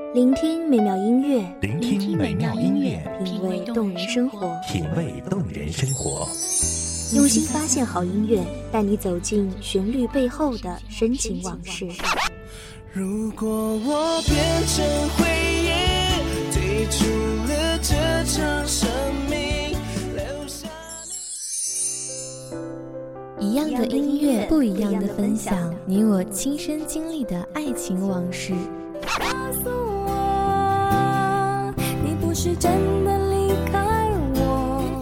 聆听美妙音乐， 聆听美妙音乐， 品味动人生活， 品味动人生活。 用心发现好音乐，带你走进旋律背后的深情往事。 如果我变成回忆，退出了这场生命，留下一样的音乐，不一样的分享，你我亲身经历的爱情往事。 告诉我，你不是真的离开我。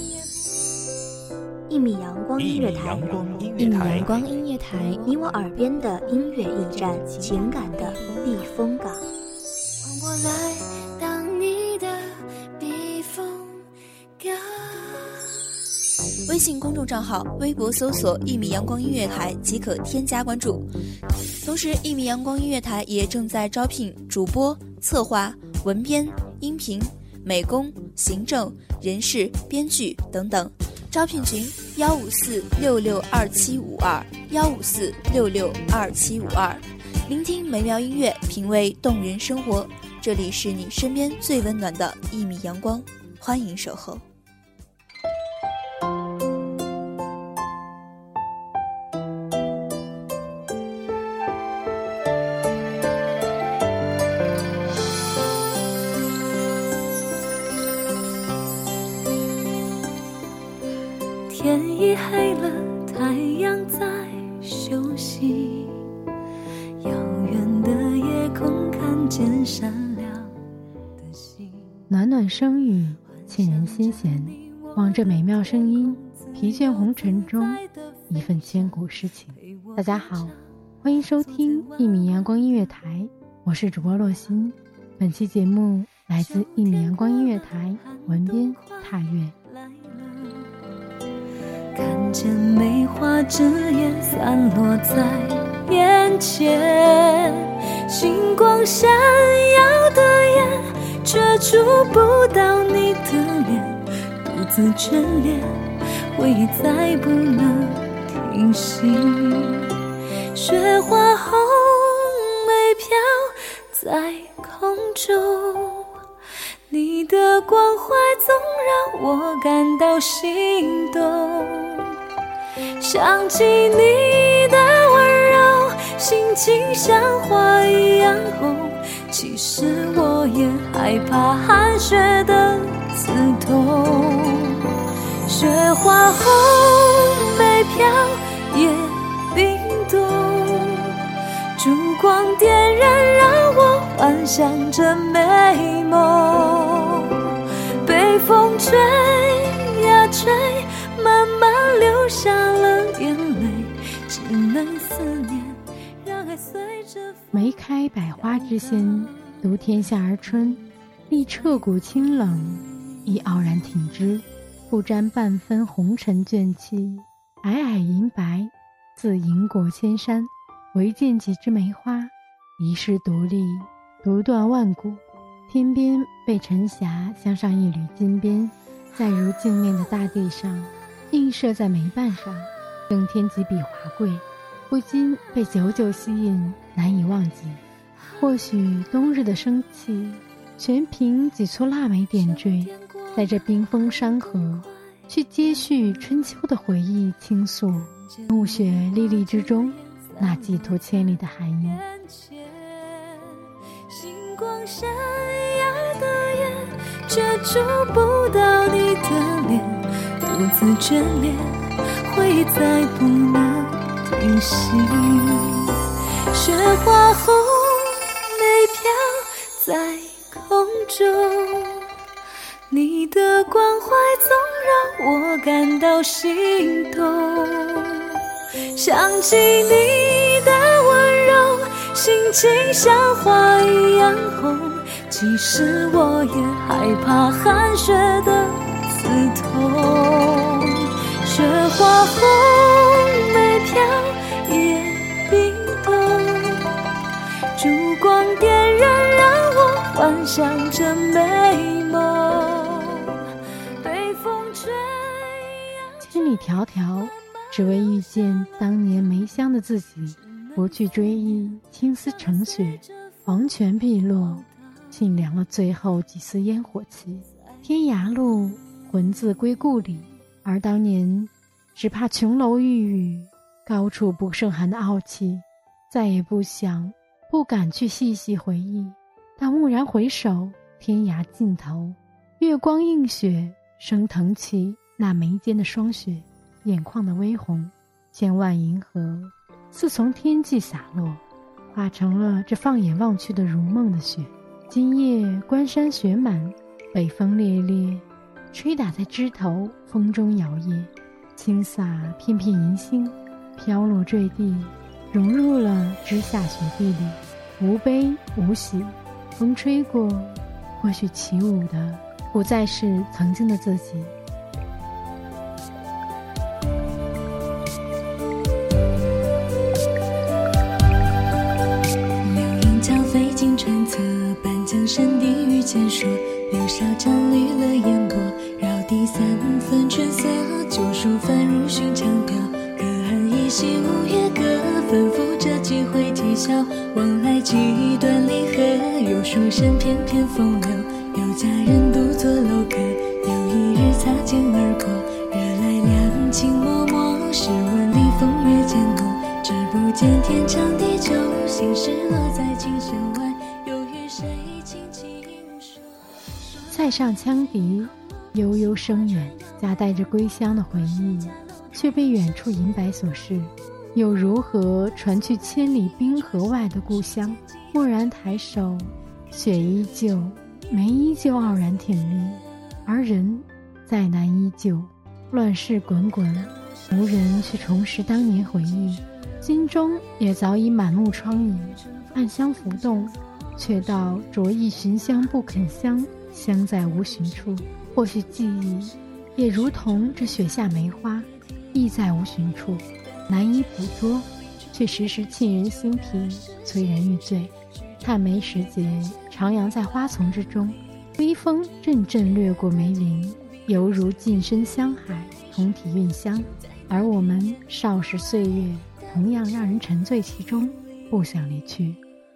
一米阳光音乐台， 一米阳光音乐台， 你我耳边的音乐驿站，情感的避风港。 换我来当你的避风港。 微信公众账号、微博搜索“一米阳光音乐台”即可添加关注。同时，一米阳光音乐台也正在招聘主播、策划、文编、音频、美工、行政、人事、编剧等等。招聘群154662752，154662752。聆听美妙音乐，品味动人生活。这里是你身边最温暖的一米阳光，欢迎守候。 天已黑了，太阳在休息，遥远的夜空看见闪亮的星。 暖暖声语，沁人心弦，望着美妙声音，疲倦红尘中一份千古诗情。大家好，欢迎收听一米阳光音乐台，我是主播洛心。本期节目来自一米阳光音乐台，文编踏月。 看见梅花枝叶散落在眼前，星光闪耀的眼却触不到你的脸，独自眷恋，回忆再不能停息。雪花红梅飘在空中，你的关怀总让我感到心动。想起你的温柔，心情像花一样红。其实我也害怕寒雪的刺痛。雪花红梅飘也冰冻，烛光点燃让我幻想着美梦。北风吹呀吹，慢慢流下了眼泪，只能思念，让爱随着梅开百花之先，独天下而春，立彻骨清冷，亦傲然挺之，不沾半分红尘倦气。皑皑银白，自银过千山，唯见几枝梅花，一世独立，独断万古。天边被晨霞镶上一缕金边，在如镜面的大地上映射在梅瓣上，更添几笔华贵，不禁被久久吸引，难以忘记。或许冬日的生气全凭几簇腊梅点缀，在这冰封山河去接续春秋的回忆倾诉，暮雪沥沥之中那寄托千里的寒意。 星光闪耀的眼却触不到你的脸，独自眷恋，回忆再不能停息。雪花红梅飘在空中，你的关怀总让我感到心动。想起你的温柔，心情像花一样红。其实我也害怕寒雪的刺痛。雪花红梅飘也冰冻，烛光点燃让我幻想着美梦。北风吹千里迢迢，只为遇见当年梅香的自己，不去追忆青丝成雪，黄泉碧落， 沁凉了最后几丝烟火气。天涯路，魂自归故里，而当年只怕琼楼玉宇，高处不胜寒的傲气，再也不想不敢去细细回忆。但蓦然回首，天涯尽头，月光映雪，升腾起那眉间的霜雪，眼眶的微红，千万银河似从天际洒落，化成了这放眼望去的如梦的雪。今夜关山雪满，北风烈烈，吹打在枝头，风中摇曳，轻洒片片银星，飘落坠地，融入了枝下雪地里，无悲无喜。风吹过，或许起舞的不再是曾经的自己。 流萤将飞尽川侧，半江山地遇见说，柳梢沾绿了烟波，绕地三分春色，旧书翻入寻常调，隔岸依稀五月歌，吩咐着几回啼笑，往来几段离合，有书生翩翩风流，有佳人独坐楼阁，有一日擦肩而过，惹来两情脉脉，试问里风月渐浓，只不见天长地久，心事落在琴弦外，又与谁轻轻说。 塞上羌笛，悠悠声远，夹带着归乡的回忆，却被远处银白所饰，又如何传去千里冰河外的故乡？蓦然抬手，雪依旧，梅依旧傲然挺立，而人再难依旧。乱世滚滚，无人去重拾当年回忆，心中也早已满目疮痍。暗香浮动，却道着意寻香不肯香，香在无寻处。或许记忆也如同这雪下梅花，亦在无寻处，难以捕捉，却时时沁人心脾，催人欲醉。探梅时节，徜徉在花丛之中，微风阵阵掠过梅林，犹如近身香海，同体韵香。而我们少时岁月，同样让人沉醉其中，不想离去。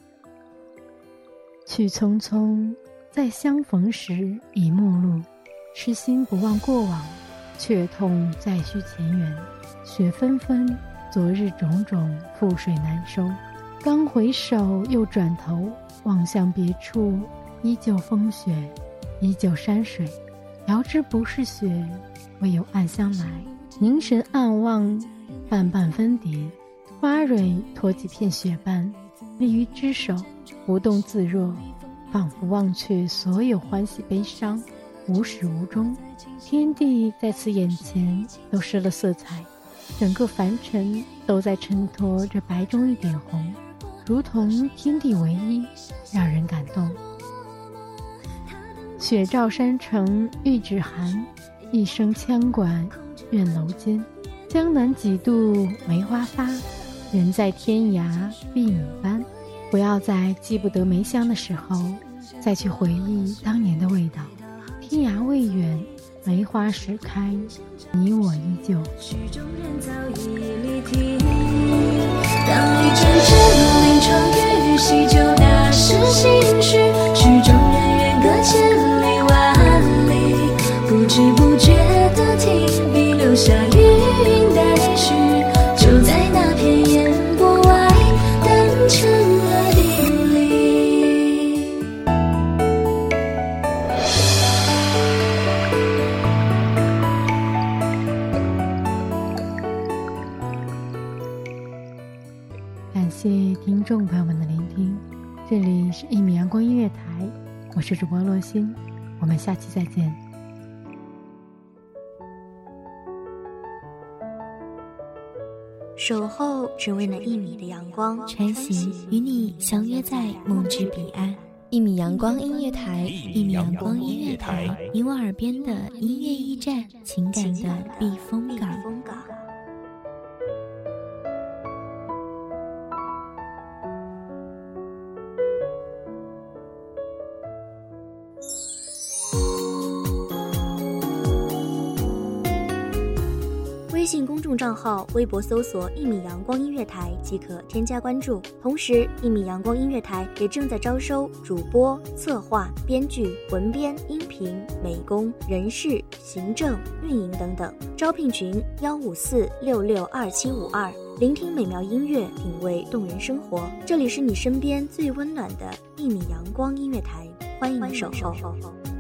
去匆匆，在相逢时已陌路，痴心不忘过往，却痛再续前缘。雪纷纷，昨日种种，覆水难收。刚回首，又转头，望向别处，依旧风雪，依旧山水。遥知不是雪，唯有暗香来。凝神暗望，瓣瓣分叠，花蕊托几片雪瓣，立于枝首，不动自若，仿佛忘却所有欢喜悲伤，无始无终。天地在此眼前都失了色彩，整个凡尘都在衬托着白中一点红，如同天地唯一，让人感动。雪照山城玉指寒，一声羌管院楼间。江南几度梅花发，人在天涯碧米般。不要在记不得梅香的时候，再去回忆当年的味道。天涯未远，梅花始开，你我依旧。 曲中人早已离题，当一阵阵临窗雨洗就那是心绪，曲中人远隔千里万里，不知不觉的停笔，留下余韵待续，就在那片烟波外，淡成了定理。 感谢听众朋友们的聆听，这里是1米阳光音乐台，我是主播洛心，我们下期再见。 守候只为那1米的阳光， 穿行与你相约在梦之彼岸。1米阳光音乐台，1米阳光音乐台，你我耳边的音乐驿站，情感的避风港。 微信公众账号、微博搜索“一米阳光音乐台”即可添加关注。同时，一米阳光音乐台也正在招收主播、策划、编剧、文编、音频、美工、人事、行政、运营等等。招聘群154662752。聆听美妙音乐，品味动人生活。这里是你身边最温暖的一米阳光音乐台，欢迎守候。